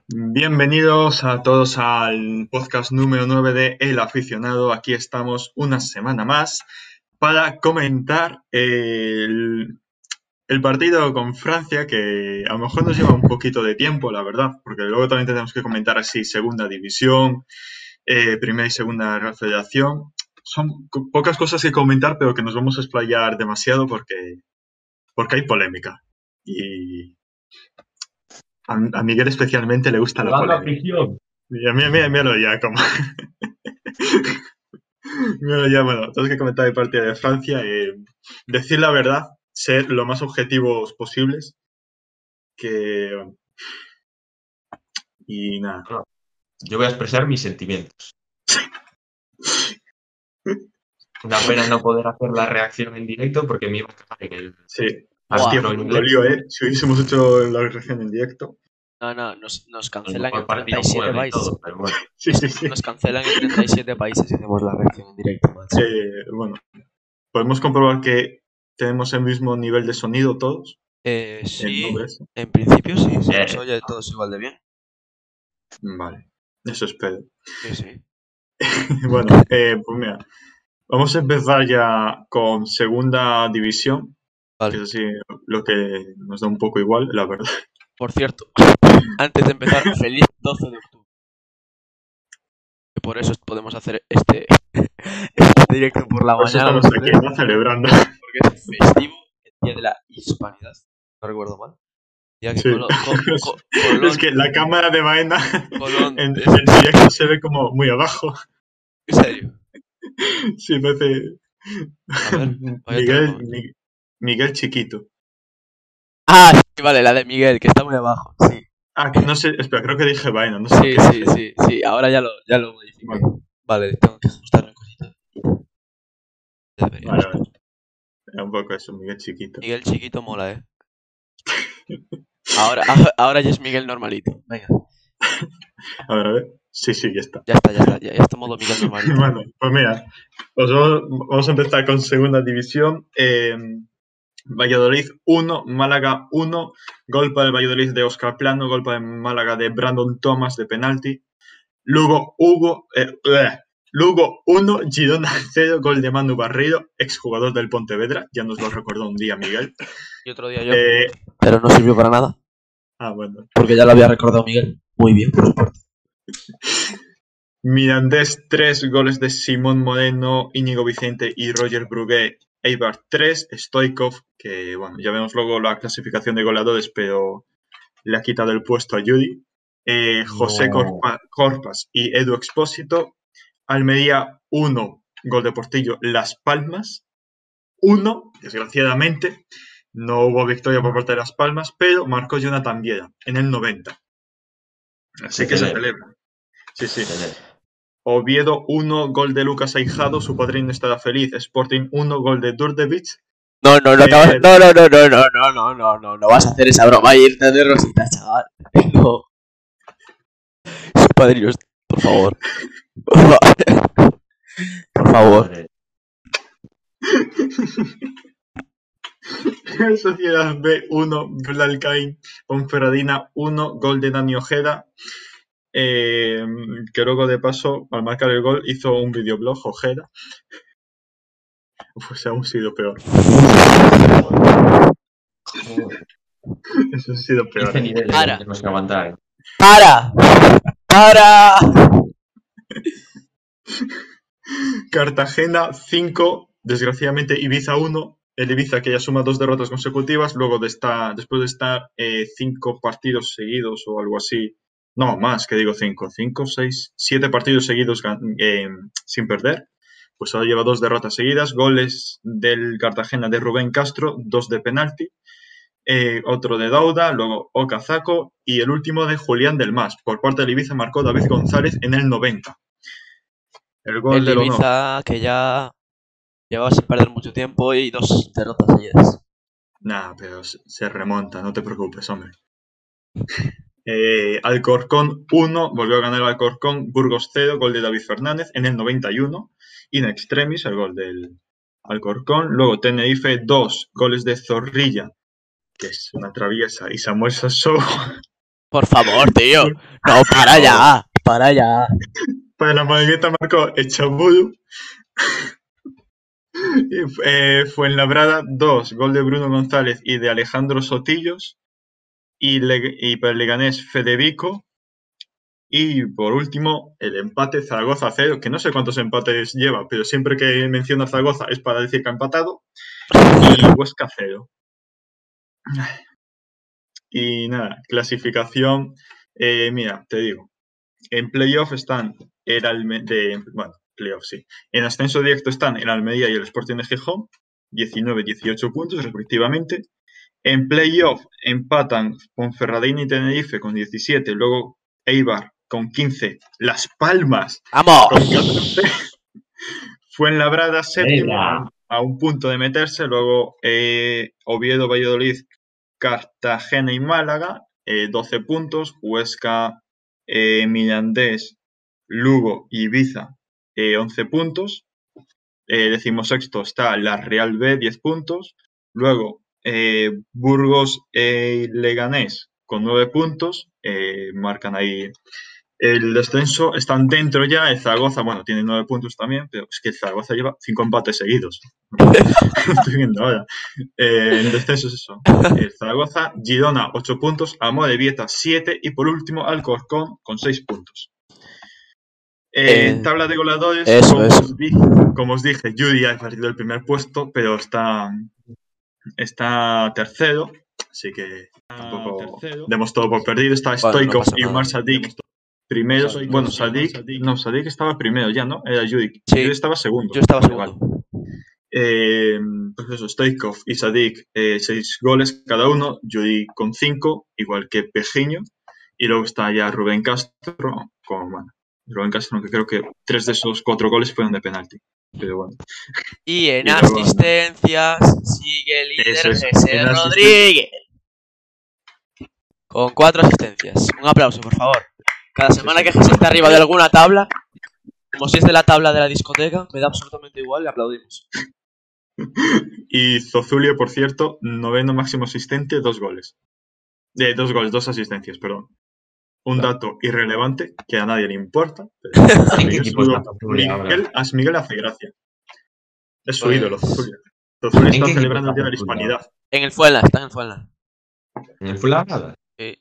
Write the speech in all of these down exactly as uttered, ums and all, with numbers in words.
Bienvenidos a todos al podcast número nueve de El Aficionado. Aquí estamos una semana más para comentar el, el partido con Francia, que a lo mejor nos lleva un poquito de tiempo, la verdad, porque luego también tenemos que comentar así segunda división, eh, primera y segunda Real Federación. Son co- pocas cosas que comentar, pero que nos vamos a explayar demasiado porque, porque hay polémica. Y a, a Miguel especialmente le gusta la Jugando polémica. afición. Mira, mira, mira, míralo ya, como. Míralo ya, bueno, tenemos que comentar el partido de Francia. Eh, decir la verdad, ser lo más objetivos posibles. Que. Y nada. No, yo voy a expresar mis sentimientos. Una pena no poder hacer la reacción en directo porque me iba a cagar en el Sí. Hostia, artículo fue en un inglés. lío, ¿eh? Si hubiésemos hecho la reacción en directo. No, no, nos, nos A lo cancelan mejor en parecía treinta y un siete juego y países. todo, pero bueno. Sí, Nos, sí, sí. nos cancelan en treinta y siete países si hacemos la reacción en directo, macho. Eh, bueno, podemos comprobar que tenemos el mismo nivel de sonido todos. Eh, El sí, nombre ese. en principio sí, se nos Eh, oye todos igual de bien. Vale, eso espero. Sí, sí. Bueno, eh, pues mira, vamos a empezar ya con segunda división, que Vale. es así lo que nos da un poco igual, la verdad. Por cierto, antes de empezar, feliz doce de octubre. Que por eso podemos hacer este, este directo por la Por eso mañana estamos los aquí, tres, ¿no? Celebrando. porque es festivo, el día de la hispanidad. No recuerdo mal. Ya que Sí. Colo- Co- Co- Es Colón, que la cámara de Baena Colón, en, es- en el directo se ve como muy abajo. en serio. Sí, parece A ver, váyatelo un Miguel, momento. Mi- Miguel chiquito. Ah, sí, vale, la de Miguel, que está muy abajo. Sí, Ah, no sé, espera, creo que dije Baena, no sé sí, por qué sí, dije. sí, sí. Ahora ya lo, ya lo modifiqué. Bueno, Vale, tengo que ajustar una cosita. Ya debería vale, estar. vale. Era un poco eso, Miguel chiquito. Miguel chiquito mola, eh. Ahora, ah, ahora ya es Miguel normalito. Venga, A ver, a ver. Sí, sí, ya está. ya está, ya está. Ya, ya está modo Miguel normalito. Bueno, pues mira, pues vamos, vamos a empezar con segunda división. Eh, Valladolid uno, Málaga uno, gol para el Valladolid de Óscar Plano, gol para el Málaga de Brandon Thomas de penalti. Lugo, Hugo, eh, bleh. Lugo uno, Girona cero, gol de Manu Barreiro, exjugador del Pontevedra, ya nos lo recordó un día Miguel. Y otro día yo. Eh, Pero no sirvió para nada, ah, bueno. porque ya lo había recordado Miguel. Muy bien, por su parte. Mirandés tres, goles de Simón Moreno, Íñigo Vicente y Roger Brugué. Eibar tres, Stoikov, que bueno, ya vemos luego la clasificación de goleadores, pero le ha quitado el puesto a Yuri. Eh, José no. Corpa- Corpas y Edu Expósito. Almería uno, gol de Portillo, Las Palmas uno, desgraciadamente. No hubo victoria por parte de Las Palmas, pero marcó Jonathan Viera en el noventa. Así Se que se celebra. celebra. Sí, sí. se celebra. Oviedo uno, gol de Lucas Aijado, su padrino estará feliz. Sporting uno, gol de Durdevic. No, no, no, Eh, acabas- no, no, no, no, no, no, no, no, no, no vas a hacer esa broma y irte de rosita, chaval. No. Sus padrinos, por favor. Por favor. Madre. Sociedad B uno, Blalcain, Ponferradina uno, gol de Dani Ojeda. Eh, que luego de paso, al marcar el gol, hizo un videoblog, Ojeda. Pues aún ha sido peor. Eso ha sido peor. Este nivel Para. lo tenemos que aguantar. ¿eh? ¡Para! ¡Para! Cartagena cinco, desgraciadamente Ibiza uno. El Ibiza que ya suma dos derrotas consecutivas, luego de estar, después de estar eh, cinco partidos seguidos o algo así. No, más, que digo cinco, cinco, seis, siete partidos seguidos eh, sin perder. Pues ahora lleva dos derrotas seguidas, goles del Cartagena de Rubén Castro, dos de penalti, eh, otro de Dauda, luego Okazaco y el último de Julián del Mas. Por parte del Ibiza marcó David González en el noventa. El gol El del honor. Ibiza que ya llevaba sin perder mucho tiempo y dos derrotas seguidas. Nah, pero se se remonta, no te preocupes, hombre. Eh, Alcorcón uno, volvió a ganar el Alcorcón, Burgos cero, gol de David Fernández en el noventa y uno. In extremis, el gol del Alcorcón. Luego Tenerife dos, goles de Zorrilla, que es una traviesa, y Samuel Sassou. Por favor, tío. No, para ya. Para ya. Para la Malagueta marcó Echabudu. eh, Fuenlabrada dos, gol de Bruno González y de Alejandro Sotillos. Y, Le- y para el Leganés Federico. Y por último, el empate Zaragoza cero, que no sé cuántos empates lleva, pero siempre que menciona Zaragoza es para decir que ha empatado. Y Huesca cero. Y nada, clasificación. eh, mira, te digo. En playoff están el Almería. Bueno, playoff sí. En ascenso directo están el Almería y el Sporting de Gijón, diecinueve y dieciocho puntos respectivamente. En playoff empatan Ponferradina y Tenerife con diecisiete, luego Eibar con quince, Las Palmas con ¡Vamos! catorce, Fuenlabrada séptimo a Venga. un, a un punto de meterse, luego eh, Oviedo, Valladolid, Cartagena y Málaga, eh, doce puntos, Huesca, eh, Mirandés, Lugo y Ibiza, eh, once puntos, eh, decimosexto está la Real B, diez puntos, luego eh, Burgos y Leganés con nueve puntos, eh, marcan ahí el descenso, están dentro ya, el Zaragoza, bueno, tiene nueve puntos también, pero es que el Zaragoza lleva cinco empates seguidos. Estoy viendo ahora. Eh, el descenso es eso. El Zaragoza, Girona, ocho puntos, Amorebieta, siete y por último Alcorcón con seis puntos. Eh, Eh, tabla de goleadores, eso, como, eso. Os dije, como os dije, Yuri ha perdido el primer puesto, pero está, está tercero, así que tampoco demos todo por perdido. Está Bueno, no Stoikov pasa y nada. Umar Sadik primeros. Stoikov, Bueno, sí. Sadik, no, Sadik estaba primero ya, ¿no? Era Yuri. Sí. Yuri estaba segundo. Yo estaba Vale, segundo. vale. Eh, pues eso, Stoikov y Sadik, eh, seis goles cada uno, Yuri con cinco, igual que Pejiño, y luego está ya Rubén Castro con, bueno, Rubén Castro, que creo que tres de esos cuatro goles fueron de penalti, pero bueno. Y en Y luego, asistencias sigue el líder Eso es, José en asisten- Rodríguez. Con cuatro asistencias. Un aplauso, por favor. Cada semana que José está arriba de alguna tabla, como si es de la tabla de la discoteca, me da absolutamente igual, le aplaudimos. Y Zozulia, por cierto, noveno máximo asistente, dos goles. De dos goles, dos asistencias, perdón. Un Claro. dato irrelevante que a nadie le importa. Pero a ¿En qué Miguel, equipo está solo- Zozulia ahora? Miguel, a Miguel hace gracia. Es su Pues- ídolo, Zozulia. Zozulia ¿En está qué equipo celebrando el Día está de la Zozulia Hispanidad. En el Fuenla, está en el Fuenla. ¿En el Fuenlabrada? Sí.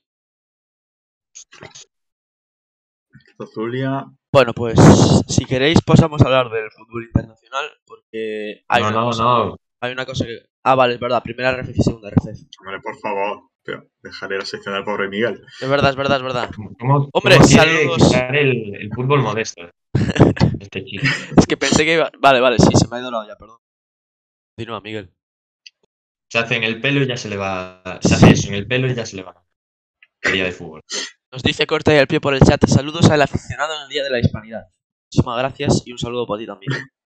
Zozulia. Bueno, pues si queréis pasamos a hablar del fútbol internacional, porque hay No, una no, cosa. no. Hay una cosa que. Ah, vale, es verdad. Primera R F y segunda R F. Hombre, por favor. Pero dejaré la sección al pobre Miguel. Es verdad, es verdad, es verdad. ¿Cómo, Hombre, cómo quiere saludos. quitar el, el fútbol modesto? Este chico. Es que pensé que iba. Vale, vale, sí, se me ha ido la olla, perdón. Continúa, Miguel. Se hace en el pelo y ya se le va. Se hace eso en el pelo y ya se le va. El día de fútbol. Nos dice Corta y al pie por el chat. Saludos al aficionado en el Día de la Hispanidad. Muchísimas gracias y un saludo para ti también.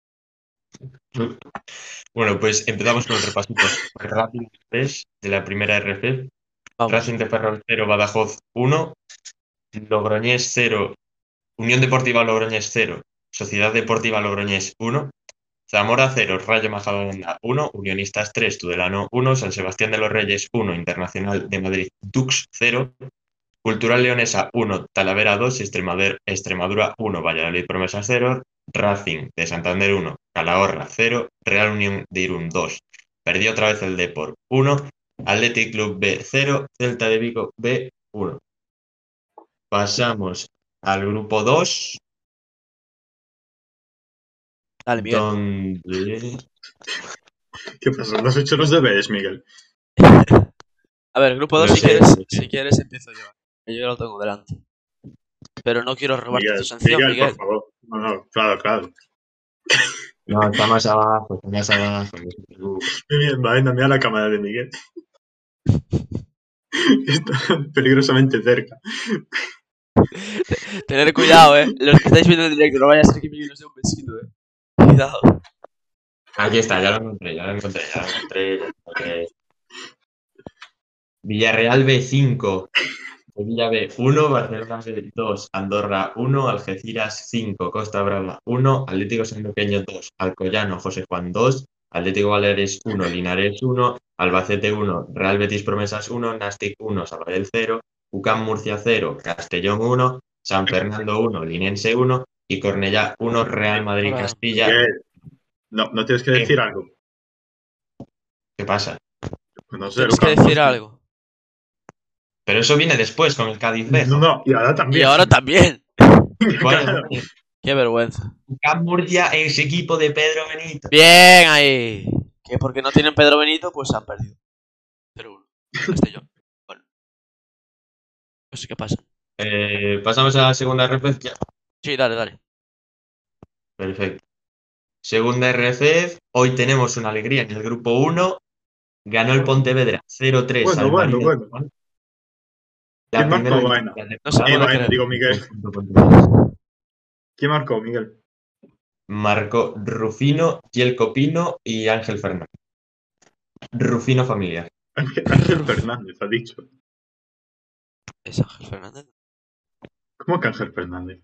Bueno, pues empezamos con el repasito rápido de la primera R F. Vamos. Racing de Ferrol cero, Badajoz uno, Logroñés cero, Unión Deportiva Logroñés cero, Sociedad Deportiva Logroñés uno, Zamora cero, Rayo Majadahonda uno, Unionistas tres, Tudelano uno, San Sebastián de los Reyes uno, Internacional de Madrid Dux cero, Cultural Leonesa uno, Talavera dos, Extremadura, Extremadura uno, Valladolid Promesas cero, Racing de Santander uno, Calahorra cero, Real Unión de Irún dos. Perdió otra vez el Depor uno, Athletic Club B cero, Celta de Vigo B uno. Pasamos al grupo dos, Dale, Miguel. donde... ¿Qué pasa? ¿No has hecho los deberes, Miguel? A ver, grupo dos, Lo si sé, quieres, lo sé. si quieres empiezo yo. Que yo ya lo tengo delante. Pero no quiero robarte Miguel, tu sanción, Miguel, Miguel. por favor. No, no, claro, claro. No, está más abajo, está más abajo. No se preocupe. Miguel, vaina, mira la cámara de Miguel. Está peligrosamente cerca. Tener cuidado, eh. Los que estáis viendo en directo, no vaya a ser que Miguel os dé un besito, eh. Cuidado. Aquí está, ya lo encontré, ya lo encontré, ya lo encontré. Ya lo encontré. Villarreal B cinco, Sevilla B uno, Barcelona B dos, Andorra uno, Algeciras cinco, Costa Brava uno, Atlético Sanluqueño dos, Alcoyano José Juan dos, Atlético Baleares uno, Linares uno, Albacete uno, Real Betis Promesas uno, Nastic uno, Sabadell cero, UCAM Murcia cero, Castellón uno, San Fernando uno, Linense uno y Cornellá uno, Real Madrid Hola. Castilla. Miguel, no, no tienes que ¿Qué? decir algo. ¿Qué pasa? Pues no sé, Tienes que Lucas decir Murcia. algo. Pero eso viene después con el Cádiz B. No, no, y ahora Y también. ahora también. Coño, Claro. coño. Qué vergüenza. UCAM Murcia es equipo de Pedro Benito. Bien ahí. Que porque no tienen Pedro Benito, pues se han perdido. cero uno. Castellón. Bueno. No sé qué pasa. Eh, pasamos a la segunda R F E F ya. Sí, dale, dale. Perfecto. Segunda R F E F, hoy tenemos una alegría en el grupo uno. Ganó el Pontevedra cero tres Bueno, al bueno, Marino. bueno. La ¿Quién primera marcó, victoria Vaina? de la No se Eh, puede temporada Vaina, creer. digo Miguel. del conjunto pontevedrés. ¿Quién marcó, Miguel? Marcó Rufino, Yelko Pino y Ángel Fernández. Rufino familiar. Ángel, Ángel Fernández, ha dicho. Es Ángel Fernández. ¿Cómo que Ángel Fernández?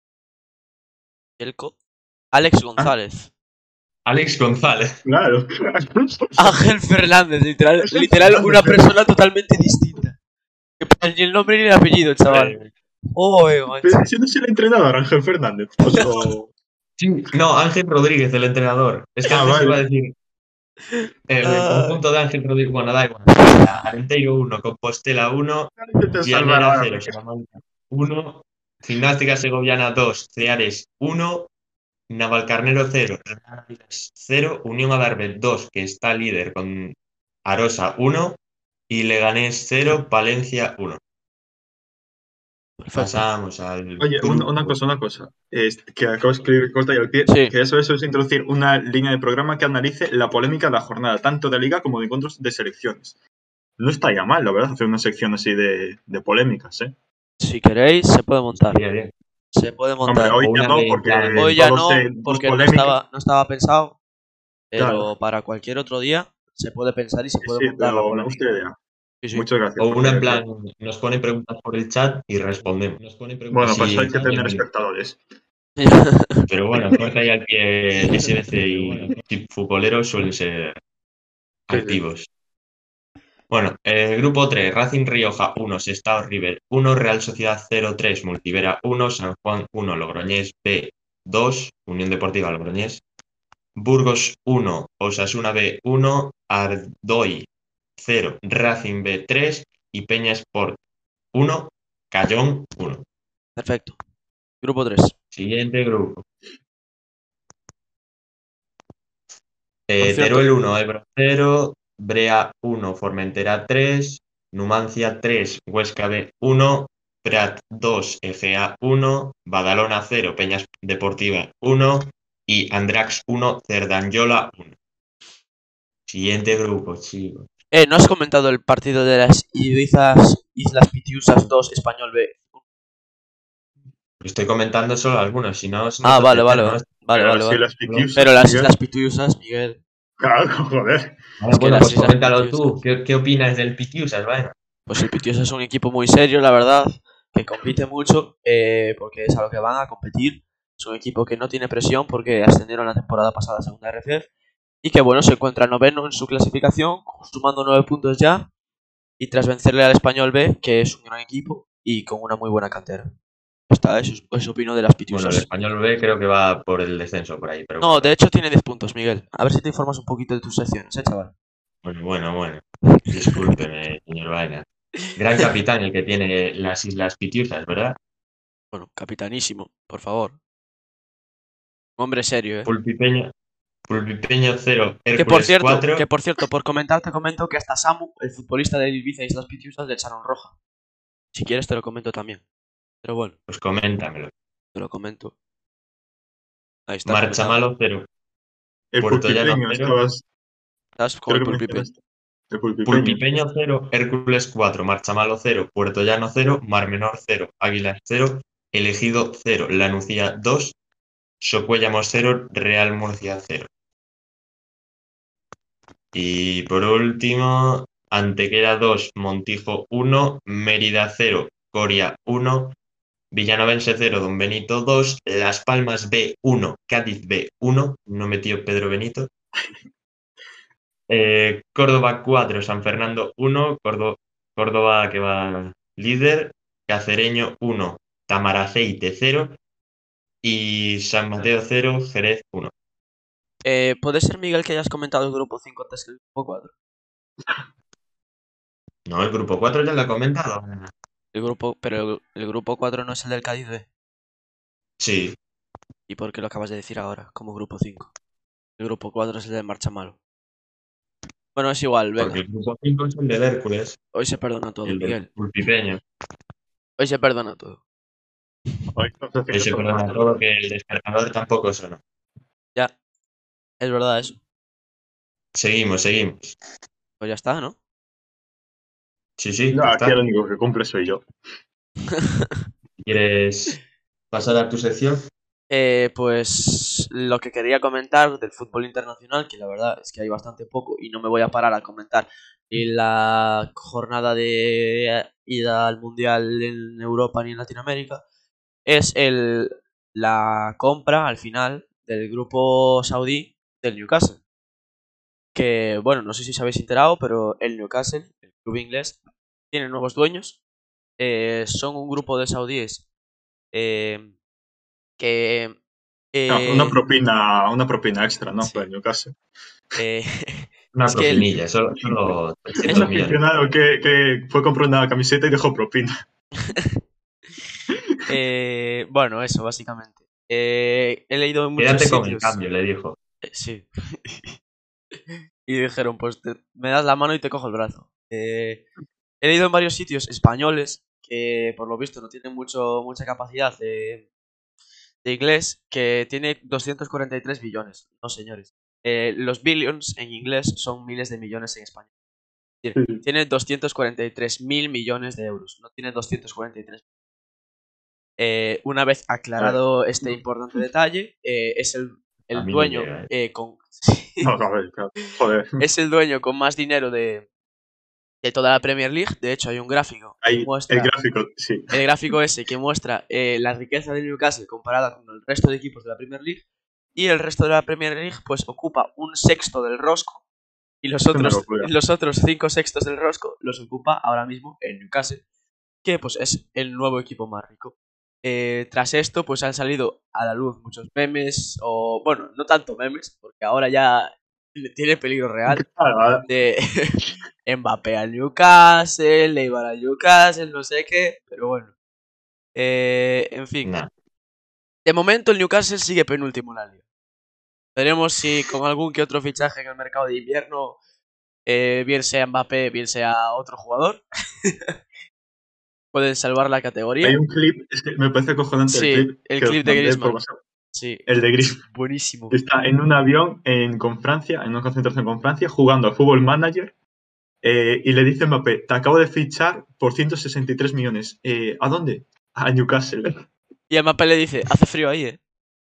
Elco. Alex González. Alex González. Claro, claro. Ángel Fernández, literal, Ángel literal Fernández, una ¿eh? persona totalmente distinta. Que pues ni el nombre ni el apellido, el chaval. Eh, Oh, eh, macho. Pero si no es el entrenador, Ángel Fernández. O sea, o- sí, no, Ángel Rodríguez, el entrenador. Es que Ah, antes iba a vale. decir eh, el Ah, conjunto de Ángel Rodríguez. Bueno, da igual. Arenteiro uno, Compostela uno, Intento salvar Llanera ahora, cero, Miguel. Salamanca uno, Gimnástica Segoviana dos, Ceares uno, Navalcarnero cero, Real Avilés cero, Unión Adarve dos, que está líder con Arosa uno, y Leganés cero, Palencia uno. perfecto. Pasamos al Oye, una, grupo. una cosa, una cosa. Es que acabo de escribir corta y al pie. Sí. Que eso, eso es introducir una línea de programa que analice la polémica de la jornada, tanto de liga como de encuentros de selecciones. No está ya mal, la verdad, hacer una sección así de, de polémicas, ¿eh? Si queréis, se puede montar. Estaría bien. Se puede Hombre, montar. hoy O ya una no, de porque plan- Hoy ya todos no, se- dos porque no polémicas. estaba, no estaba pensado. Pero Claro. para cualquier otro día se puede pensar y se Sí, puede sí, montar la pero me gusta polémica. la idea. Sí, sí. Muchas gracias. O una porque- en plan, nos ponen preguntas por el chat y respondemos. Nos ponen preguntas Bueno, pues y- hay que tener espectadores. Pero bueno, corta ahí al pie, S B C y futboleros suelen ser Sí, sí. activos. Bueno, eh, grupo tres, Racing Rioja uno, Sestao River uno, Real Sociedad cero tres, Multivera uno, San Juan uno, Logroñés B dos, Unión Deportiva Logroñés, Burgos uno, Osasuna B uno, Ardoy cero, Racing B tres y Peña Sport uno, Cayón uno. Perfecto. Grupo tres. Siguiente grupo. Por Eh, cierto- Teruel uno, Ebro cero, Brea uno, Formentera tres, Numancia tres, Huesca B uno, Prat dos, Egea uno, Badalona cero, Peñas Deportiva uno y Andrax uno, Cerdanyola uno. Siguiente grupo, chicos. Eh, ¿no has comentado el partido de las Ibizas Islas Pitiusas dos, Español B? Estoy comentando solo algunos, si no... se Ah, nos vale, hace vale, eterno vale. esto. Vale, Pero vale, si vale. las Pitiusas, Pero las Miguel. Islas Pitiusas, Miguel. Claro, joder. Es que Bueno, las pues Islas coméntalo Pitiusas- tú. ¿Qué, qué opinas del Pitiusas, vaina? Pues el Pitiusas es un equipo muy serio, la verdad, que compite mucho, eh, porque es a lo que van a competir. Es un equipo que no tiene presión porque ascendieron la temporada pasada a segunda R F E F y que bueno, se encuentra noveno en su clasificación, sumando nueve puntos ya y tras vencerle al Español B, que es un gran equipo y con una muy buena cantera. Está, eso, es- eso opino de las Bueno, Pitiusas. el Español B creo que va por el descenso por ahí. Pero No, de hecho tiene diez puntos, Miguel. A ver si te informas un poquito de tus secciones, eh, chaval. Bueno, bueno, bueno. Discúlpeme, señor Vaina. Gran capitán el que tiene las Islas Pitiusas, ¿verdad? Bueno, capitanísimo, por favor. Un hombre serio, eh. Pulpipeño, Pulpipeño cero, Que por Hércules cierto, cuatro. que por cierto, por comentar te comento que hasta Samu, el futbolista de Ibiza y Islas Pitiusas, le echaron roja. Si quieres te lo comento también. Pero bueno, Pues coméntamelo. te lo comento. Ahí está. Marcha comentado. Malo cero. El Puerto Llano pulpipeño, cero. estabas. Estás con Creo el que pulpipe. mencionaste. El pulpipeño. Pulpipeño cero, Hércules cuatro, Marcha Malo cero, Puerto Llano cero, Mar Menor cero, Águilas cero, Elegido cero, La Nucía dos, Socuéllamos cero, Real Murcia cero. Y por último, Antequera dos, Montijo uno, Mérida cero, Coria uno, Villanovense cero, Don Benito dos, Las Palmas B uno, Cádiz B uno, no metió Pedro Benito. Eh, Córdoba cuatro, San Fernando uno, Córdoba, Córdoba que va Líder, Cacereño uno, Tamaraceite cero y San Mateo cero, Jerez uno. Eh, ¿Puede ser, Miguel, que hayas comentado el grupo cinco antes que el grupo cuatro? No, el grupo cuatro ya lo he comentado. El grupo, pero el, el grupo cuatro no es el del Cádiz B. Sí, ¿Y por qué lo acabas de decir ahora, como grupo cinco? El grupo cuatro es el de Marcha Malo. Bueno, es igual, porque venga. el grupo cinco es el del Hércules, Hoy se perdona todo, el del Miguel. Pulpipeño. Hoy se perdona todo. Hoy estamos Hoy haciendo se todo perdona mal. todo que el despertador tampoco sonó. Ya, es verdad eso. Seguimos, seguimos. Pues ya está, ¿no? Sí, sí, No, ya aquí el está. único que cumple soy yo. ¿Quieres pasar a tu sección? Eh, pues lo que quería comentar del fútbol internacional, que la verdad es que hay bastante poco y no me voy a parar a comentar ni la jornada de ida al Mundial en Europa ni en Latinoamérica, es el, la compra al final del grupo saudí del Newcastle. Que bueno, no sé si os habéis enterado, pero el Newcastle, el club inglés, tiene nuevos dueños. Eh, son un grupo de saudíes eh, que... No, una eh, propina, una propina extra, ¿no? Para sí. el Newcastle. Eh, Una es que el- propinilla, solo, solo Un trescientos millones. aficionado que, que fue a comprar una camiseta y dejó propina. eh, bueno, eso, básicamente. Eh, he leído en muchos Quédate con el sitios. cambio, le dijo. eh, sí. Y dijeron, pues te- me das la mano y te cojo el brazo. Eh, he leído en varios sitios españoles que por lo visto no tienen mucho, mucha capacidad de, de inglés, que tiene doscientos cuarenta y tres billones. No, señores. Eh, los billions en inglés son miles de millones en español. Es decir, Sí. tiene doscientos cuarenta y tres mil millones de euros. No tiene doscientos cuarenta y tres. Eh, una vez A ver. aclarado este importante detalle, eh, es el, A el mí no dueño llega, ¿eh? eh, con No, a ver, claro. Joder. es el dueño con más dinero de, de toda la Premier League. De hecho, hay un gráfico que Ahí, el muestra gráfico, sí. el gráfico ese que muestra eh, la riqueza de Newcastle comparada con el resto de equipos de la Premier League. Y el resto de la Premier League, pues ocupa un sexto del rosco. Y los Es una otros, locura. los otros cinco sextos del rosco los ocupa ahora mismo el Newcastle, que pues es el nuevo equipo más rico. Eh, tras esto, pues han salido a la luz muchos memes, o bueno, no tanto memes, porque ahora ya tiene peligro real, Claro, de Mbappé al Newcastle, Neymar al Newcastle, no sé qué, pero bueno. Eh, en fin, Nah. de momento el Newcastle sigue penúltimo en la liga. Veremos si con algún que otro fichaje en el mercado de invierno, eh, bien sea Mbappé, bien sea otro jugador, pueden salvar la hay categoría. un clip, es que me parece acojonante el Sí, clip el que os clip de mandé por Griezmann. WhatsApp. Sí, El de Griezmann. es buenísimo. Está en un avión en, con Francia, en una concentración con Francia, jugando a Fútbol Manager. Eh, y le dice Mbappé, te acabo de fichar por ciento sesenta y tres millones. Eh, ¿A dónde? A Newcastle. Y a Mbappé le dice, hace frío ahí, eh.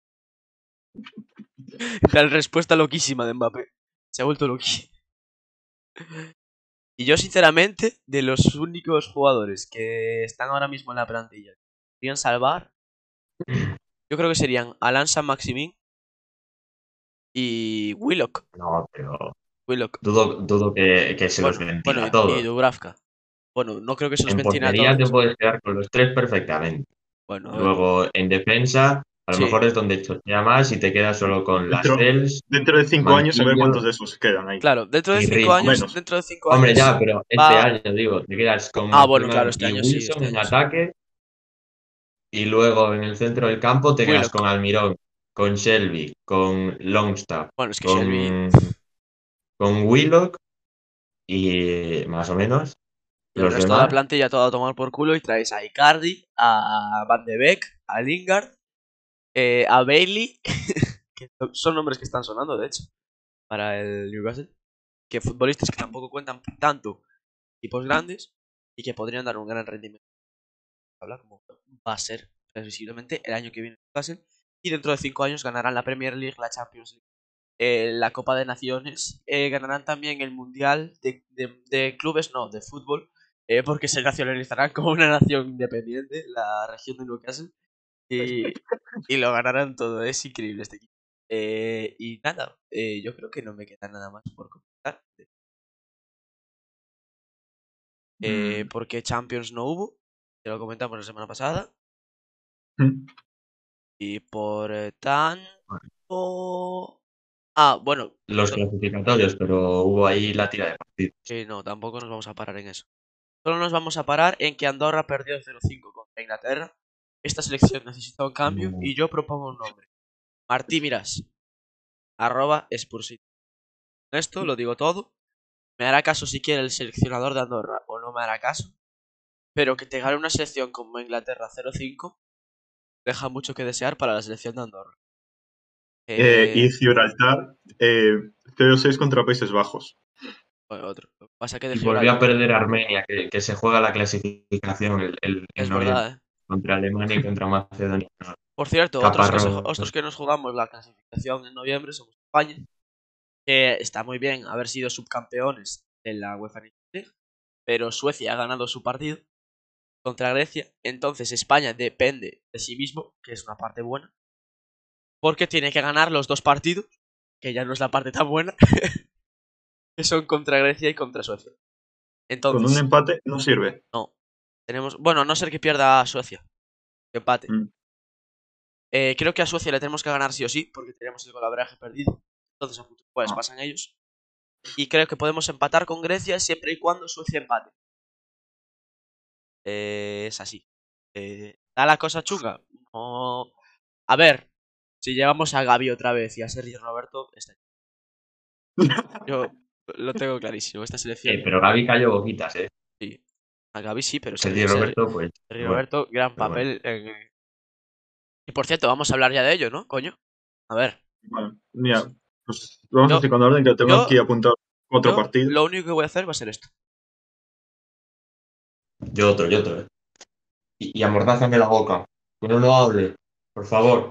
La respuesta loquísima de Mbappé. Se ha vuelto loquísimo. Y yo, sinceramente, de los únicos jugadores que están ahora mismo en la plantilla que podrían salvar, yo creo que serían Alan Saint-Maximin y Willock. No, pero Willock. dudo, dudo que, que se los Bueno, bueno, ventila a y, y todos. Dubravka. Bueno, no creo que se los En ventine a portería te todos. puedes quedar con los tres perfectamente. Bueno, a ver. Luego, en defensa, a lo Sí, mejor es donde chotea más y te quedas solo con Las Dentro, Cels, dentro de cinco años a ver cuántos Manquillo de esos quedan ahí. claro, dentro de y cinco Rin. O años, menos. dentro de cinco Hombre, ya, años pero este va... año, digo, te quedas con Ah, bueno, claro, Maximan este y año sí, Wilson este en año sí. ataque. Y luego en el centro del campo te quedas con Willock. Almirón, con Shelby, con Longstaff, Bueno, es que Shelby... con, con Willock y más o menos Y el los resto de la demás. plantilla todo a tomar por culo y traes a Icardi, a Van de Beek, a Lingard, eh, a Bailey, que son nombres que están sonando, de hecho, para el Newcastle, que futbolistas que tampoco cuentan tanto equipos grandes y que podrían dar un gran rendimiento. Habla como va a ser previsiblemente el año que viene en Newcastle, y dentro de cinco años ganarán la Premier League, la Champions League, eh, la Copa de Naciones, eh, ganarán también el Mundial de, de, de clubes, no, de fútbol, eh, porque se nacionalizarán como una nación independiente, la región de Newcastle, y, y lo ganarán todo. Es increíble este equipo. Eh, y nada, eh, yo creo que no me queda nada más por comentar. eh, Mm. porque Champions no hubo, te lo comentamos la semana pasada, Mm. y por eh, tanto... Ah, bueno, Los no, clasificatorios, pero hubo ahí la tira de partidos. eh, no, tampoco nos vamos a parar en eso. Solo nos vamos a parar en que Andorra perdió cero cinco contra Inglaterra. Esta selección necesita un cambio Mm. y yo propongo un nombre. Martí Miras, arroba Spursito. Con esto lo digo todo. Me hará caso si quiere el seleccionador de Andorra o no me hará caso. Pero que te gane una selección como Inglaterra cero cinco deja mucho que desear para la selección de Andorra. Eh, Eh, y Gibraltar, eh, cero seis contra Países Bajos. bueno, otro. Lo que pasa que de Y volvió a Gibraltar... perder Armenia, que, que se juega la clasificación el, el- en Es noviembre verdad, ¿eh? contra Alemania y contra Macedonia. Por cierto, otros que, se- Caparrón. otros que nos jugamos la clasificación en noviembre somos España. Que está muy bien haber sido subcampeones en la UEFA Nations League, pero Suecia ha ganado su partido contra Grecia, entonces España depende de sí mismo, que es una parte buena, porque tiene que ganar los dos partidos, que ya no es la parte tan buena, que son contra Grecia y contra Suecia. Con un Entonces, empate no sirve. no, tenemos, bueno, a no ser que pierda Suecia, que empate. Mm. Eh, creo que a Suecia le tenemos que ganar sí o sí, porque tenemos el golaveraje perdido, entonces a futuro pues Ah. pasan ellos. Y creo que podemos empatar con Grecia siempre y cuando Suecia empate. Eh, es así. Eh, ¿Da la cosa chunga? No. A ver, si llevamos a Gaby otra vez y a Sergio Roberto, está... yo lo tengo clarísimo. Esta Eh, selección, pero Gaby cayó boquitas, ¿eh? sí. A Gaby sí, pero Sergio Sergio, Sergio, Roberto, pues. Sergio Bueno, Roberto, gran pero bueno. papel. En... Y por cierto, vamos a hablar ya de ello, ¿no? Coño. A ver. Bueno, mira, pues vamos Yo, así con orden, que tengo yo, aquí apuntado cuatro yo partidos. lo único que voy a hacer va a ser esto. Yo otro, yo otro, ¿eh? Y, y amordázame la boca. Que no lo hable, por favor.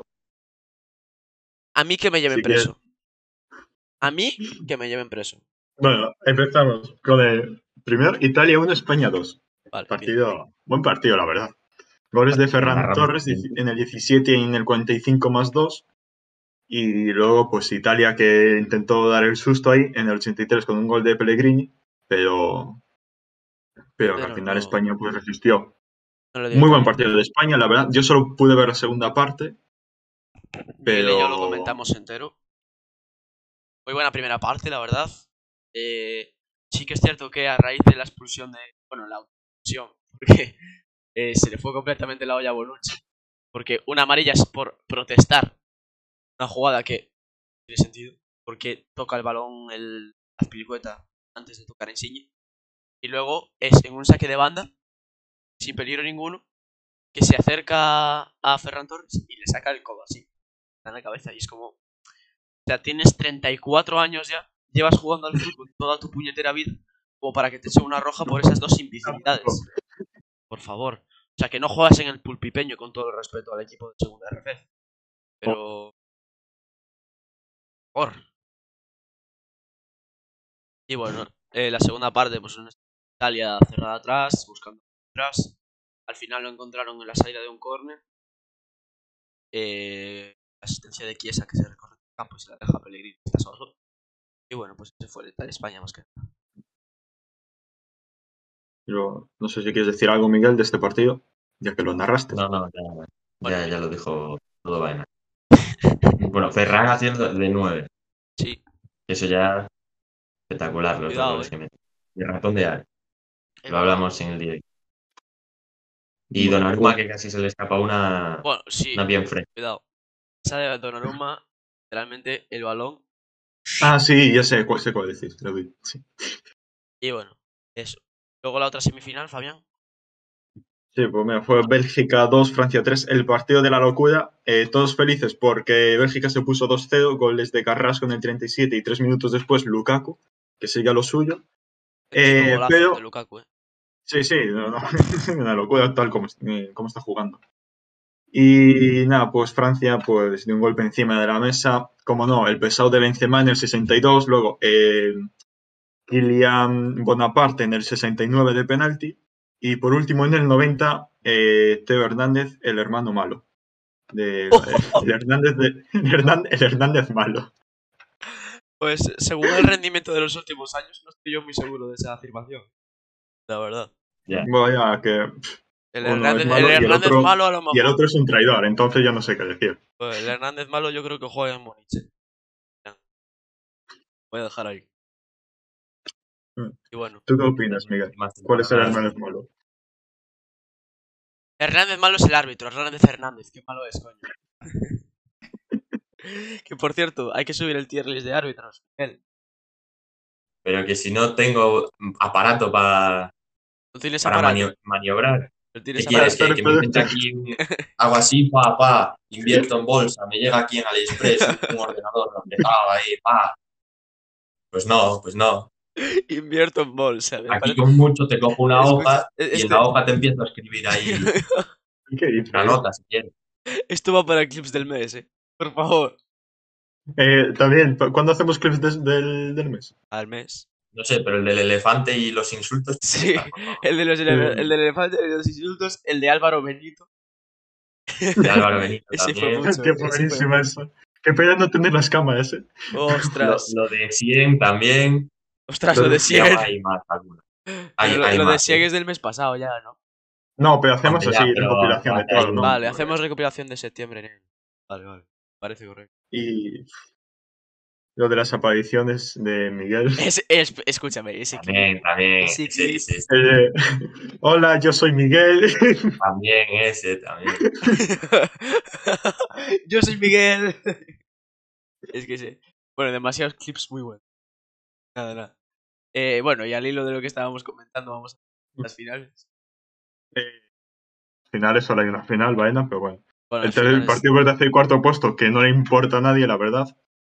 A mí que me lleven Si quieres. preso. A mí que me lleven preso. Bueno, empezamos con el primer Italia uno, España dos. Vale, bien. Partido, buen partido, la verdad. Goles de Nos Ferran agarramos Torres bien. en el diecisiete y en el cuarenta y cinco más dos. Y luego, pues Italia, que intentó dar el susto ahí en el ochenta y tres con un gol de Pellegrini, pero, pero que al Pero final no, España pues resistió. no le dio Muy buen tiempo. partido de España, la verdad. Yo solo pude ver la segunda parte, Miguel y yo lo pero comentamos entero. Muy buena primera parte, la verdad. Eh, sí que es cierto que a raíz de la expulsión de... Bueno, la expulsión, porque eh, se le fue completamente la olla a Bonucci. Porque una amarilla es por protestar una jugada que tiene sentido, porque toca el balón el Azpilicueta antes de tocar Insigne. Y luego es en un saque de banda, sin peligro ninguno, que se acerca a Ferran Torres y le saca el codo así, en la cabeza. Y es como... O sea, tienes treinta y cuatro años ya, llevas jugando al fútbol toda tu puñetera vida, como para que te eche una roja por esas dos simplicidades. Por favor. O sea, que no juegas en el pulpipeño, con todo el respeto al equipo de segunda R F. Pero... Por. Y bueno, eh, la segunda parte, pues en Italia cerrada atrás, buscando atrás. Al final lo encontraron en la salida de un córner. Eh, la asistencia de Chiesa que se recorre el campo y se la deja a Pellegrini, está solo. Y bueno, pues ese fue el Italia España más que nada. yo no sé si quieres decir algo, Miguel, de este partido, ya que lo narraste. No, no, ya, Bueno, ya, ya lo dijo todo vaina. Bueno, Ferran haciendo de nueve. Sí, Eso ya espectacular, los dos cuidado, goles eh. que mete. Y ratón de área. Es Lo verdad. hablamos en el directo. Y Bueno, Donnarumma, bueno. que casi se le escapa una, Bueno, sí, una bien fresca. cuidado. Esa de Donnarumma, literalmente el balón. Ah, sí, ya sé cuál, sé cuál decís, lo vi, sí. Y bueno, eso. Luego la otra semifinal, Fabián. Sí, pues mira, fue Bélgica dos, Francia tres, el partido de la locura. Eh, todos felices porque Bélgica se puso dos cero, goles de Carrasco en el treinta y siete y tres minutos después Lukaku, que sigue a lo suyo. Menudo Eh, golazo pero, de Lukaku, eh. sí, sí, no, no, una locura tal como, eh, como está jugando. Y nada, pues Francia, pues de un golpe encima de la mesa, como no, el pesado de Benzema en el sesenta y dos, luego eh, Kylian Bonaparte en el sesenta y nueve de penalti, y por último en el noventa, eh, Teo Hernández, el hermano malo. De, el, Hernández de, el, Hernández, el Hernández malo. Pues según el rendimiento de los últimos años, no estoy yo muy seguro de esa afirmación. La verdad. Ya. Vaya, que El uno Hernández, es malo el y el Hernández otro, malo a lo y el mejor. otro es un traidor, entonces ya no sé qué decir. Pues el Hernández malo yo creo que juega en Múnich. eh. Ya. Voy a dejar ahí. Y bueno. ¿Tú qué opinas, Miguel? Últimas ¿Cuál es el temporadas. Hernández malo? Hernández malo es el árbitro. Hernández Hernández. Qué malo es, coño. Que por cierto, hay que subir el tier list de árbitros. Él. Pero que si no tengo aparato para, No tienes para aparato. manio- maniobrar. No ¿Qué tienes quieres? aparato. Que, que me invente aquí un- hago así, pa, pa, invierto en bolsa, me llega aquí en AliExpress un, un ordenador empezado ahí, pa. Pues no, pues no. Invierto en bolsa. Me Aquí parece... con mucho te cojo una Escucha, hoja y este... en la hoja te empiezo a escribir ahí ¿Qué dices? una nota, si quieres. Esto va para clips del mes, eh. Por favor. Eh, también, ¿cuándo hacemos clips de- del, del mes? Al mes. No sé, pero el del elefante y los insultos. Sí. El, de los ele- el del elefante y los insultos. El de Álvaro Benito. De Álvaro Benito Ese fue también. mucho. Qué ese fue buenísima mucho. eso. Qué pena no tener las cámaras, ¿eh? Lo, Ostras. lo de cien también. Ostras, lo lo de de Ya cien. hay más alguna. Pero Hay, lo, hay lo de más, cien ¿eh? es del mes pasado ya, ¿no? No, pero hacemos Hombre, ya, así, pero recopilación de hace ahí todo, ¿no? un- Vale, hacemos recopilación de septiembre. ¿no? Vale, vale. Parece correcto. Y lo de las apariciones de Miguel. Es, es- escúchame, ese clip. También, también. Ese Ese, clip. ese, ese. El de, hola, yo soy Miguel. También ese, también. Yo soy Miguel. Es que sí. Bueno, demasiados clips muy buenos. Nada, nada. Eh, bueno, y al hilo de lo que estábamos comentando, vamos a las finales. Eh, finales, solo hay una final, vaina, pero bueno. Bueno, El, las tercer finales- partido por tercer y cuarto puesto, que no le importa a nadie, la verdad.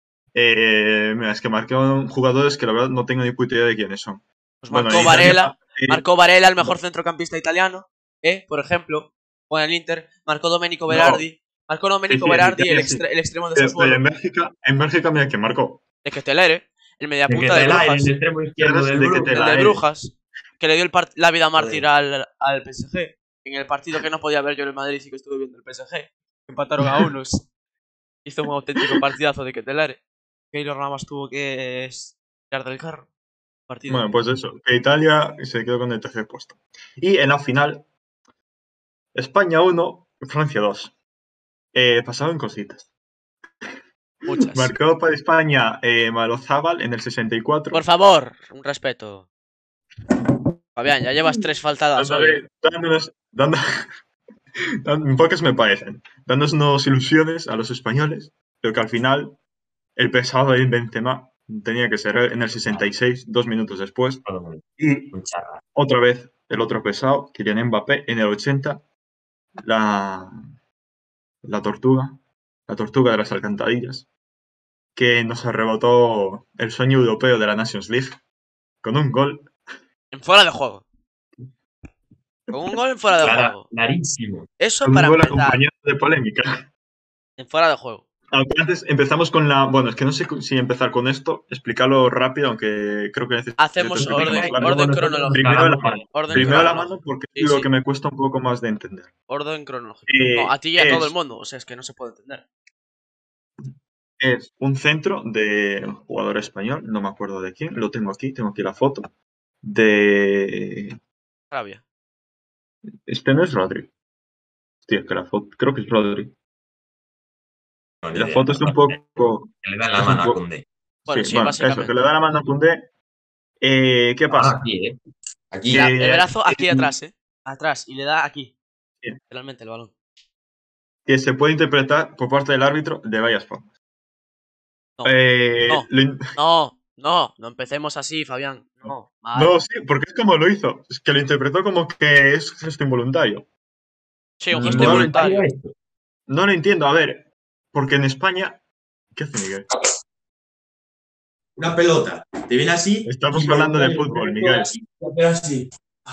Eh, mira, es que marcaron jugadores que la verdad no tengo ni puta idea de quiénes son. Pues Bueno, marcó en Italia, Varela. eh, Marcó Varela, el mejor centrocampista italiano. ¿Eh? Por ejemplo. Juega en el Inter. Marcó Domenico No. Berardi. Marcó Domenico Sí, sí, en Berardi, el, Italia sí. extre- el extremo de pero, pero Sassuolo. en Bélgica, en Bélgica, mira que marcó. De Ketelere. El De que mediapunta de te la en Brujas. el extremo izquierdo del De que grupo. te El la- de eh. Brujas. Que le dio el part- la vida mártir Joder. al, al P S G. En el partido que no podía ver yo en el Madrid y que estuve viendo el P S G. Empataron a unos. Hizo un auténtico partidazo de Ketelere. Keylor Navas tuvo que tirar del carro. Partido. Bueno, pues eso, que Italia se quedó con el tercer puesto. Y en la final, España uno, Francia dos. Eh, pasaron cositas. Muchas. Marcó para España eh, Malozábal en el sesenta y cuatro. Por favor, un respeto. Fabián, ya llevas tres faltadas hoy. Dándole- dándonos, dando, dan- pocas me parecen, dándonos ilusiones a los españoles, pero que al final el pesado de Benzema tenía que ser él en el sesenta y seis, dos minutos después, Todo muy- y muy charra. otra vez el otro pesado, Kylian Mbappé, en el ochenta, la, la tortuga, la tortuga de las alcantarillas, que nos arrebató el sueño europeo de la Nations League con un gol. En fuera de juego. Con un gol en fuera de Clara- juego. clarísimo. Eso Con un para gol empezar. acompañado de polémica. En fuera de juego. Aunque antes empezamos con la. Bueno, es que no sé si empezar con esto, explicarlo rápido, aunque creo que necesito. Hacemos explicar orden- más largo. orden Nosotros cronológico. Primero la cagamos mano. Orden Primero la cronológico. mano porque Sí, es lo sí. que me cuesta un poco más de entender. Orden cronológico. Eh, No, a ti y a es- todo el mundo. O sea, es que no se puede entender. Es un centro de un jugador español, no me acuerdo de quién, lo tengo aquí, tengo aquí la foto. De. Rabia. Este no es Rodri. Hostia, que la foto. Creo que es Rodri. No, ni La idea, foto es un no, poco. que le dan la es un mano a poco- Koundé. Bueno, sí, sí, bueno, básicamente. eso, que le da la mano a Koundé. Eh, ¿Qué Ah, pasa? aquí, ¿eh? Aquí. La- Eh, el brazo aquí eh, atrás, ¿eh? Atrás. Y le da aquí. Sí. Literalmente el balón. Que se puede interpretar por parte del árbitro de varias formas. No. Eh, No. lo in- No, no. No empecemos así, Fabián. No. Mal. no, sí, porque es como lo hizo. Es que lo interpretó como que es gesto involuntario. Sí, un No, gesto no, involuntario. esto. No lo entiendo. A ver, porque en España. ¿Qué hace Miguel? Una pelota. Te viene así. Estamos y lo hablando de envuelve fútbol, todo Miguel. así, pero así.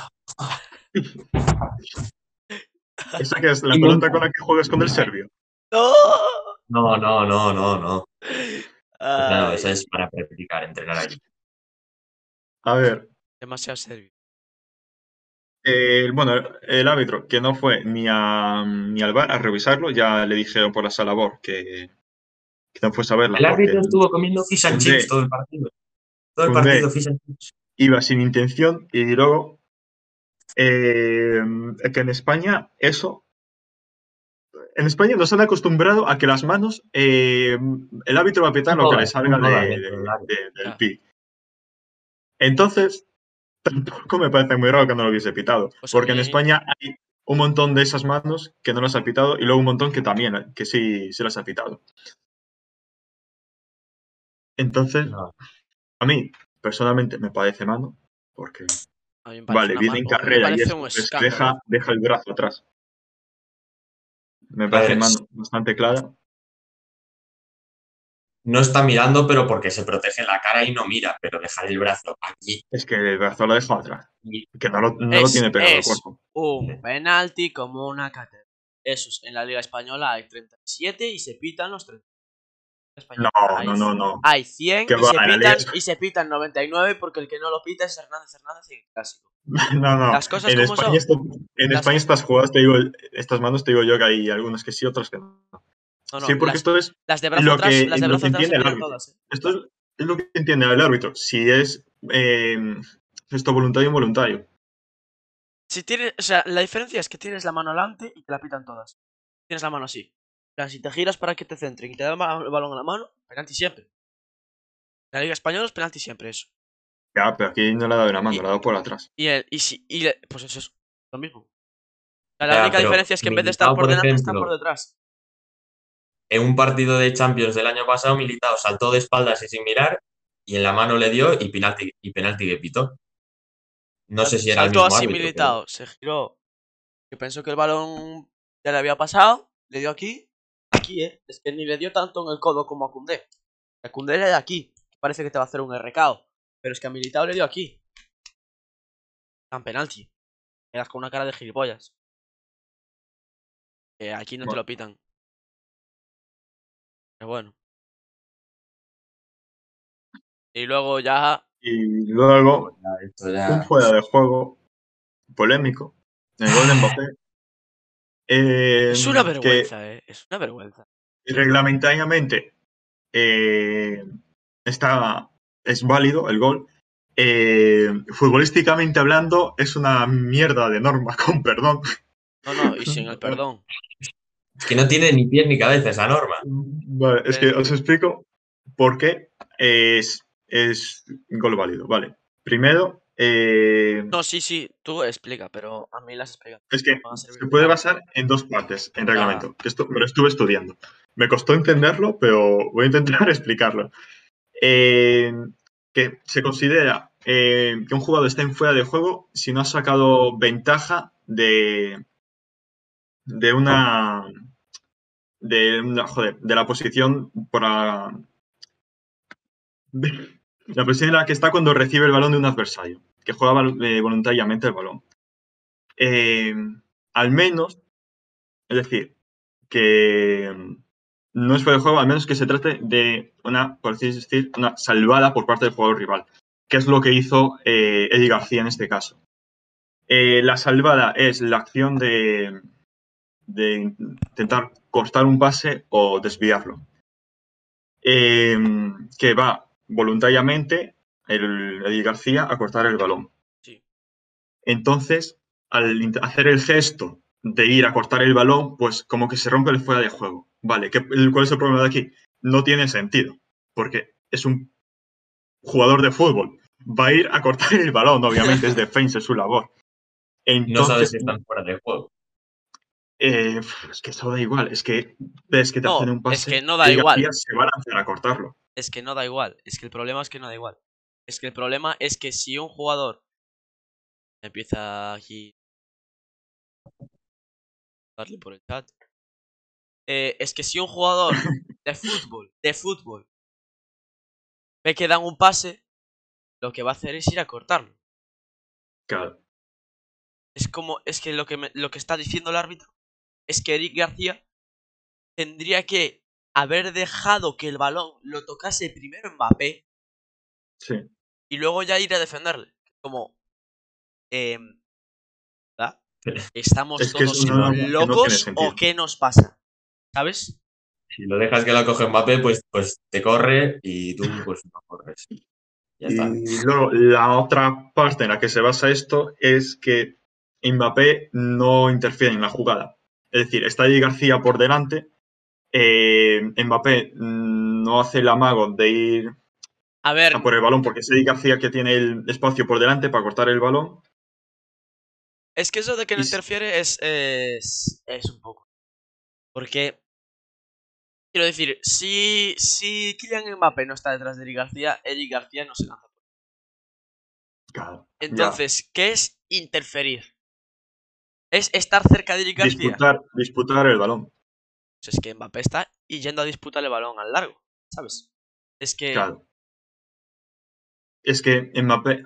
¿Esa que es la Y pelota monta. con la que juegas con el serbio? ¡No! No, no, no, no, no. Ay, No, eso es para practicar, entrenar ahí. A ver, demasiado serio. eh, bueno, el árbitro, que no fue ni, a, ni al V A R a revisarlo, ya le dijeron por la sala B O R que, que no fuese a verla. El árbitro porque estuvo comiendo fish and Koundé- chips todo el partido. Todo el Koundé- partido fish and chips. iba sin intención y luego Eh, que en España eso... En España nos han acostumbrado a que las manos, eh, el árbitro va a pitar lo que le Todas, salga de, todas dentro del de- área. de- del Ya. pi. Entonces, tampoco me parece muy raro que no lo hubiese pitado, Pues a porque en mí, España hay un montón de esas manos que no las ha pitado y luego un montón que también, que sí, sí las ha pitado. Entonces, No. a mí, personalmente, me parece mano, porque, a mí me parece vale, una viene ma- en a mí me carrera y parece un esto, pues escándalo. deja, deja el brazo atrás. Me A parece ver, mano bastante clara. no está mirando, pero porque se protege la cara y no mira, pero dejar el brazo aquí. Es que el brazo lo deja atrás, Y que no lo, no lo Es, tiene pegado al es cuerpo. un penalti como una cátedra. Esos en la Liga Española hay treinta y siete y se pitan los treinta. No, hay, no, no, no. hay cien Que y va, se, en la pitan, Liga y se pitan noventa y nueve porque el que no lo pita es Hernández Hernández y el clásico. No, no. Las cosas En como España, son. esto- en Las- España estas jugadas, te digo, estas manos te digo yo que hay algunas que sí, otras que no. No, no, Sí, porque las, esto es las de brazo lo atrás, que, las de lo brazo que atrás se entiende el pitan árbitro. todas, ¿eh? Esto es, es lo que entiende el árbitro. Si es eh, esto voluntario o involuntario. Si tienes, o sea, la diferencia es que tienes la mano adelante y te la pitan todas. Tienes la mano así. En plan, si te giras para que te centren y te dan el ba- el balón en la mano, penalti siempre. En la Liga Española es penalti siempre eso. Ya, pero aquí no le ha dado la mano, Y- le ha dado por atrás. Y, el, y si, y le- pues eso es lo mismo. O sea, la Ya, única pero diferencia es que en vez de estar Militao, por por delante, está ejemplo, por detrás. en un partido de Champions del año pasado, Militao saltó de espaldas y sin mirar, y en la mano le dio y penalti, y penalti que pitó. No sé si era el Saltó mismo así árbitro, pero Militao, se giró. Que pensó que el balón ya le había pasado, le dio aquí. Aquí, eh. Es que ni le dio tanto en el codo como a Koundé. A Koundé le da aquí. Parece que te va a hacer un R K O. Pero es que a Militao le dio aquí. Tan penalti. Quedas con una cara de gilipollas. Que aquí no te Bueno. lo pitan. Pero bueno. Y luego ya. Y luego, ya, esto un ya... fuera de juego polémico, el gol de Mbappé, eh, Es una que vergüenza, eh. Es una vergüenza. reglamentariamente eh, está, es válido el gol. Eh, futbolísticamente hablando, es una mierda de norma, con perdón. No, no, y sin el perdón. Es que no tiene ni pies ni cabeza esa norma. Vale, es que os explico por qué es, es un gol válido. Vale, primero, eh, No, sí, sí, tú explica, pero a mí las explicas. es que Van a servir se de puede nada. basar en dos partes en reglamento. Que esto me lo estuve estudiando. Me costó entenderlo, pero voy a intentar explicarlo. Eh, que se considera eh, que un jugador está en fuera de juego si no ha sacado ventaja de, de una de una, joder, de la posición por la, de la posición en la que está cuando recibe el balón de un adversario, que juega eh, voluntariamente el balón. Eh, al menos, es decir, que no es fuera de juego, al menos que se trate de una, por así decir, una salvada por parte del jugador rival, que es lo que hizo eh, Eddie García en este caso. Eh, la salvada es la acción de, de intentar cortar un pase o desviarlo, eh, que va voluntariamente el Eddie García a cortar el balón. Sí. Entonces, al hacer el gesto de ir a cortar el balón, pues como que se rompe el fuera de juego. Vale, ¿qué, ¿cuál es el problema de aquí? No tiene sentido, porque es un jugador de fútbol. Va a ir a cortar el balón, obviamente, es defensa, es su labor. Entonces, No sabes si están fuera de juego. Eh, es que eso da igual, es que ves que te No, hacen un pase es que no da y igual. García se va a lanzar a cortarlo. Es que no da igual. Es que el problema es que no da igual. Es que el problema es que si un jugador empieza aquí a darle por el chat. Eh, es que si un jugador de fútbol, de fútbol, ve que dan un pase, lo que va a hacer es ir a cortarlo. Claro. Es como, es que lo que, me- lo que está diciendo el árbitro es que Eric García tendría que haber dejado que el balón lo tocase primero Mbappé Sí. y luego ya ir a defenderle. Como, eh, ¿verdad? ¿Estamos Es que es todos una norma que no tiene locos sentido. o qué nos pasa? ¿Sabes? Si lo dejas que la coge Mbappé, pues, pues te corre y tú pues no corres. Ya está. Y luego la otra parte en la que se basa esto es que Mbappé no interfiere en la jugada. Es decir, está Eddie García por delante, eh, Mbappé no hace el amago de ir A ver, a por el balón porque es Eddie García que tiene el espacio por delante para cortar el balón. es que eso de que no Y s- interfiere es, es, es un poco. Porque, quiero decir, si, si Kylian Mbappé no está detrás de Eric García, Eric García no se lanza. claro, ya. Entonces, ¿qué es interferir? ¿Es estar cerca de Eric García? Disputar, disputar el balón. Pues es que Mbappé está y yendo a disputar el balón al largo, ¿sabes? Es que, Claro. Es que Mbappé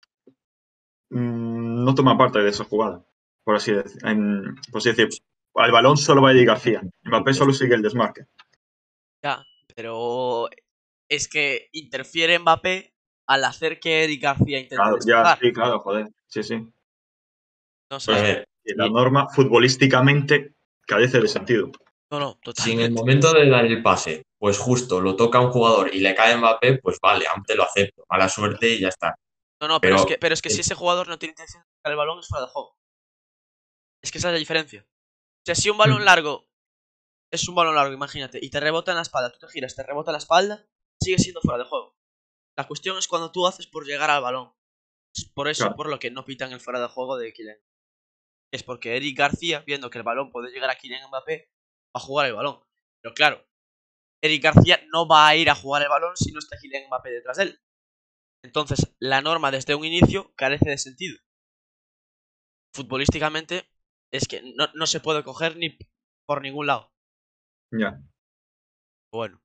mm, no toma parte de esa jugada, por así decir. En- por así decir, al balón solo va Eddie García. Mbappé solo sigue el desmarque. ya, pero es que interfiere Mbappé al hacer que Eric García intente Claro, ya, despejar. sí, claro, joder. Sí, sí. No A sé, ver, Y la y norma futbolísticamente carece de sentido. no, no, si en el totalmente. momento de dar el pase, pues justo lo toca un jugador y le cae Mbappé, pues vale, aún te lo acepto. Mala suerte y ya está. No, no, pero es que, Pero pero es que si eh, ese jugador no tiene intención de tocar el balón es fuera de juego. Es que esa es la diferencia. O sea, si un balón Mm, largo es un balón largo, imagínate, y te rebota en la espalda, tú te giras, te rebota en la espalda, sigue siendo fuera de juego. La cuestión es cuando tú haces por llegar al balón. Es por eso, claro, por lo que no pitan el fuera de juego de Kylian. Es porque Eric García, viendo que el balón puede llegar a Kylian Mbappé, va a jugar el balón. Pero claro, Eric García no va a ir a jugar el balón si no está Kylian Mbappé detrás de él. Entonces, la norma desde un inicio carece de sentido. Futbolísticamente, es que no, no se puede coger ni por ningún lado. ya. Bueno,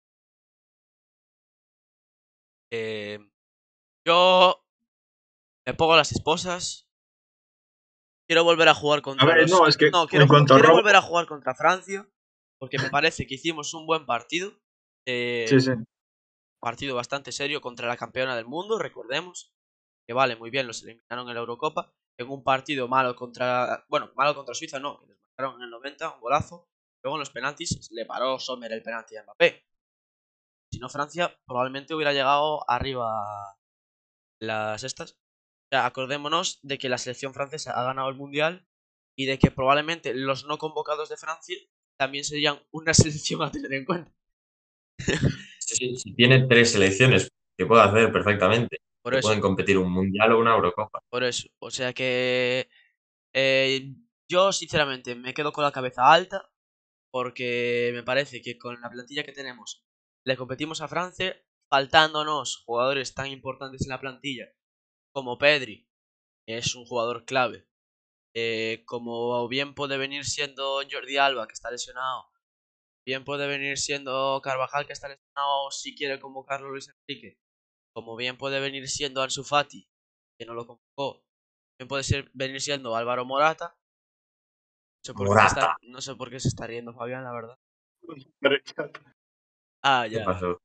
eh, yo me pongo las esposas. Quiero volver a jugar A contra ver, los. no, es que No, quiero, en ju- cuanto a quiero robo, volver a jugar contra Francia. Porque me parece que hicimos un buen partido. sí, Eh, sí. partido bastante serio contra la campeona del mundo, recordemos. Que vale, muy bien, los eliminaron en la Eurocopa. En un partido malo contra. Bueno, malo contra Suiza, no. Que les marcaron en el noventa, un golazo. Luego en los penaltis le paró Sommer el penalti a Mbappé. Si no, Francia probablemente hubiera llegado arriba las estas. O sea, acordémonos de que la selección francesa ha ganado el Mundial y de que probablemente los no convocados de Francia también serían una selección a tener en cuenta. sí, sí, si tiene tres selecciones que puede hacer perfectamente, Por que eso, pueden competir un mundial o una Eurocopa. por eso. O sea que eh, yo sinceramente me quedo con la cabeza alta porque me parece que con la plantilla que tenemos le competimos a Francia, faltándonos jugadores tan importantes en la plantilla como Pedri, que es un jugador clave. Eh, como bien puede venir siendo Jordi Alba, que está lesionado. Bien puede venir siendo Carvajal, que está lesionado si quiere convocarlo Luis Enrique. Como bien puede venir siendo Ansu Fati, que no lo convocó. Bien puede ser, venir siendo Álvaro Morata. No sé por qué se Morata, está, no sé por qué se está riendo Fabián, la verdad. Pero Ah, ¿qué ya. pasó?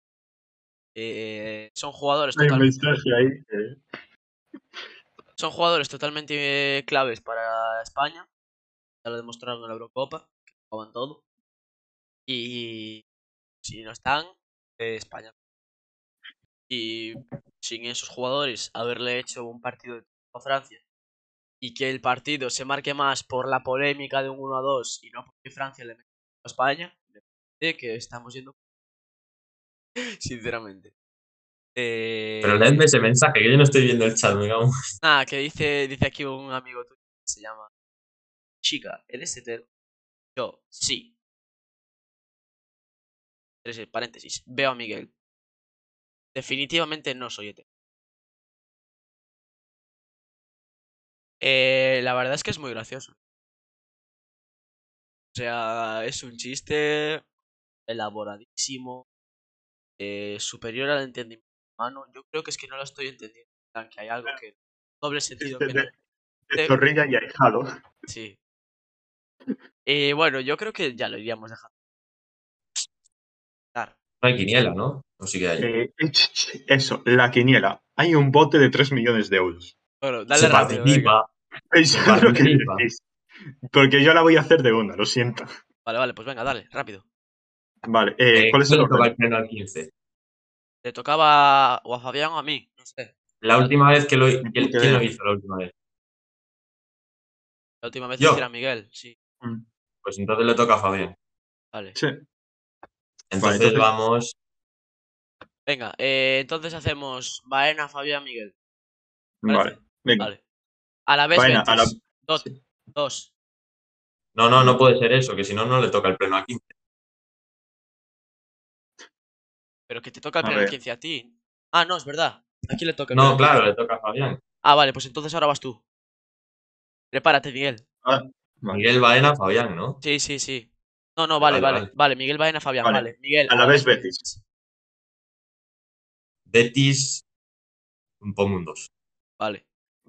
Eh, son jugadores hay un total, mensaje ahí. que- son jugadores totalmente eh, claves para España. Ya lo demostraron en la Eurocopa, que jugaban todo. Y si no están, eh, España. Y sin esos jugadores haberle hecho un partido a Francia y que el partido se marque más por la polémica de un uno a dos y no porque Francia le metió a España, me parece que estamos yendo sinceramente. Pero Eh, leedme ese mensaje, que yo no estoy viendo el chat, me cago. nada, que dice, dice aquí un amigo tuyo que se llama Chica, ¿eres hetero? Yo, sí. Tres paréntesis, veo a Miguel. Definitivamente no soy hetero. Eh, la verdad es que es muy gracioso. O sea, es un chiste elaboradísimo, eh, superior al entendimiento humano. Yo creo que es que no lo estoy entendiendo. En plan, que hay algo que. Doble es sentido de, que no. de- de Eh, Zorrilla y ahijado. sí. Y bueno, yo creo que ya lo iríamos dejando. Estar. No hay quiniela, ¿no? O sí que hay. Eh, eso, la quiniela. Hay un bote de tres millones de euros. Bueno, Se dale rápido, venga. participa, se Pensad lo que participa. decís. Porque yo la voy a hacer de una, lo siento. Vale, vale, pues venga, dale, rápido. Vale, eh, Eh, ¿cuál es ¿quién el le toca orden? el pleno al quince? Le tocaba o a Fabián o a mí, no sé. La última vez que lo... ¿Quién, quién lo Porque hizo la última vez? La última vez ¿Yo? era Miguel, sí. Mm, Pues entonces le toca a Fabián. Vale. Sí. Entonces, entonces- vamos. Venga, eh, entonces hacemos Baena, Fabián, Miguel. ¿Parece? Vale, venga. Vale. A la vez Baena, Betis. a la- Dos. sí. Dos. No, no, no puede ser eso, que si no, no le toca el pleno a quince. Pero que te toca el A pleno ver. quince a ti. Ah, no, es verdad. Aquí le toca el No, pleno claro, quince. le toca a Fabián. Ah, vale, pues entonces ahora vas tú. Prepárate, Miguel. Ah, vale. Miguel Baena, Fabián, ¿no? Sí, sí, sí. No, no, vale, Vale, vale. vale. Vale, Miguel Baena, Fabián, Vale. vale. Miguel, A la vez Betis. Betis, un Pomundos. Vale.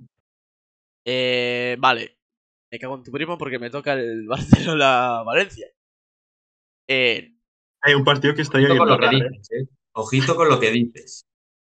Eh, vale. Me cago en tu primo porque me toca el Barcelona-Valencia. Eh, Hay un partido que estaría Ojito bien con lo que narrar, ¿eh? dices, ¿eh? Ojito con lo que dices.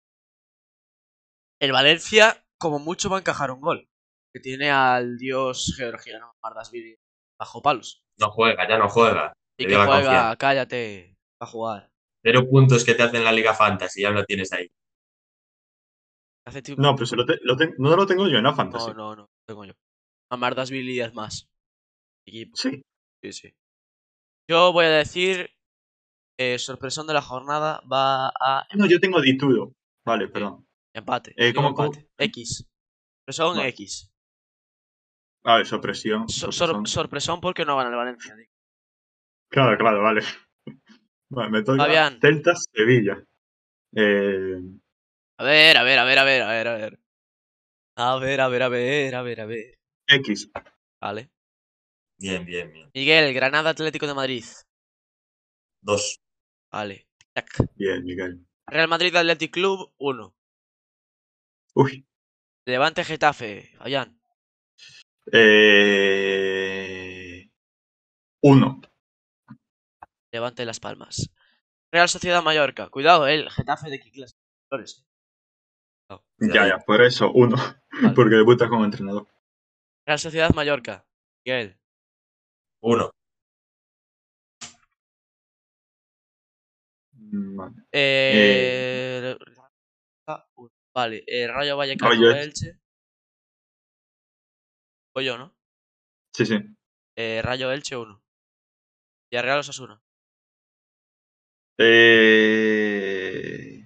el Valencia, como mucho, va a encajar un gol. Que tiene al dios georgiano Mardashvili bajo palos. No juega, ya no juega. Y Le que dio la juega, confianza. cállate, va a jugar. Cero puntos que te hacen la Liga Fantasy, ya lo tienes ahí. Hace tiempo- No, pero se lo te- lo te- no lo tengo yo en la fantasy. No, no, no, tengo yo. A Mardashvili es más. Equipo. Sí. Sí, sí. Yo voy a decir. Eh, sorpresón de la jornada va a No, yo tengo Dituro. Vale, perdón. empate. Eh, Digo ¿cómo- cómo? empate. X. Sorpresón Vale. X. Vale, sorpresión. So- sorpresón. sor- sorpresón porque no gana el Valencia. digo. Claro, claro, vale. Vale, me toca Fabián. Celta Sevilla. Eh, A ver, a ver, a ver, a ver, a ver, a ver. A ver, a ver, a ver, a ver, a ver. X. Vale. Bien, bien, bien. Miguel, Granada Atlético de Madrid. Dos. Vale. Tac. Bien, Miguel. Real Madrid Athletic Club, uno. Uy. Levante Getafe. Fabián. Eh, uno. Levante Las Palmas. Real Sociedad Mallorca. Cuidado, eh, el Getafe de Kiklas. Flores. No. Ya, ya, por eso, uno. Vale. Porque debuta como entrenador. Real Sociedad Mallorca. Miguel. Uno. Mm, Vale. Eh... Vale, eh, Rayo Vallecano Rayo Elche. Voy yo, ¿no? Sí, sí. Eh, Rayo Elche uno. Villarreal Osasuna. Eh,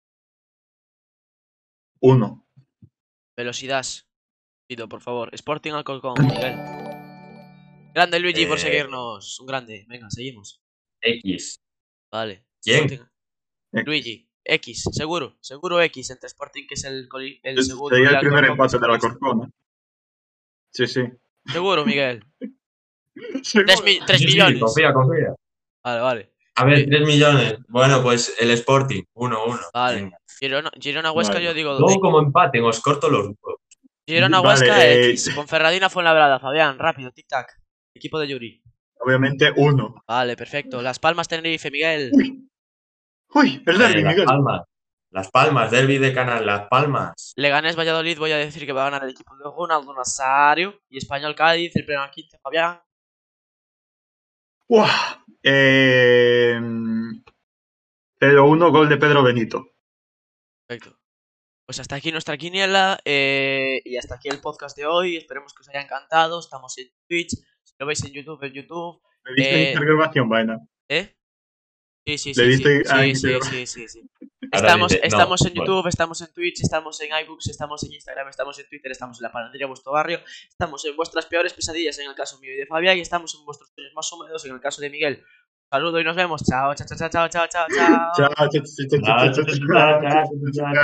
uno. Velocidad. Pido, por favor. Sporting Alcorcón, Miguel. Grande Luigi por Eh. seguirnos. Un grande. Venga, seguimos. X. Vale. ¿Quién? Sporting. Luigi. X, seguro. Seguro X entre Sporting, que es el, coli- el Es- segundo. Sería y el primer Alcorcón, que es empate de la colista. Corcona. Sí, sí. Seguro, Miguel. Seguro. Tres, mi- tres Sí, sí, millones. confía, confía. Vale, vale. A ver, Sí. tres millones. Bueno, pues el Sporting. Uno, uno. Vale. Venga. Girona, Girona Huesca, Vale. yo digo. Luego como empate, os corto los huevos. Girona Vale, Huesca eh, X. Ponferradina Fuenlabrada. Fabián, rápido, tic-tac. Equipo de Yuri. Obviamente uno. Vale, perfecto. Las Palmas Tenerife, Miguel. Uy. Uy, el derbi, Eh, Las Miguel. Palmas. Las Palmas, derbi de Canal, Las Palmas. Leganés Valladolid, voy a decir que va a ganar el equipo de Ronaldo Nazario. Y Español Cádiz, el pleno al quince, Fabián. Uah. Eh, cero uno, gol de Pedro Benito. Perfecto. Pues hasta aquí nuestra quiniela. eh, y hasta aquí el podcast de hoy. Esperemos que os haya encantado. Estamos en Twitch. Si lo veis en YouTube, en YouTube. ¿Le diste Eh, iniciar grabación, vaina? ¿Eh? Sí, sí, Le sí. Sí, diste a sí, iniciar sí, grabación. sí, sí, sí. Ahora Estamos, dice, no, estamos en bueno. YouTube, estamos en Twitch, estamos en iBooks, estamos en Instagram, estamos en Twitter, estamos en la panadería de vuestro barrio, estamos en vuestras peores pesadillas en el caso mío y de Fabián y estamos en vuestros sueños más húmedos en el caso de Miguel. Un saludo y nos vemos. Chao, chao, chao, chao, chao, chao, chao. Chao, chao, chao, chao, chao, chao, chao, chao.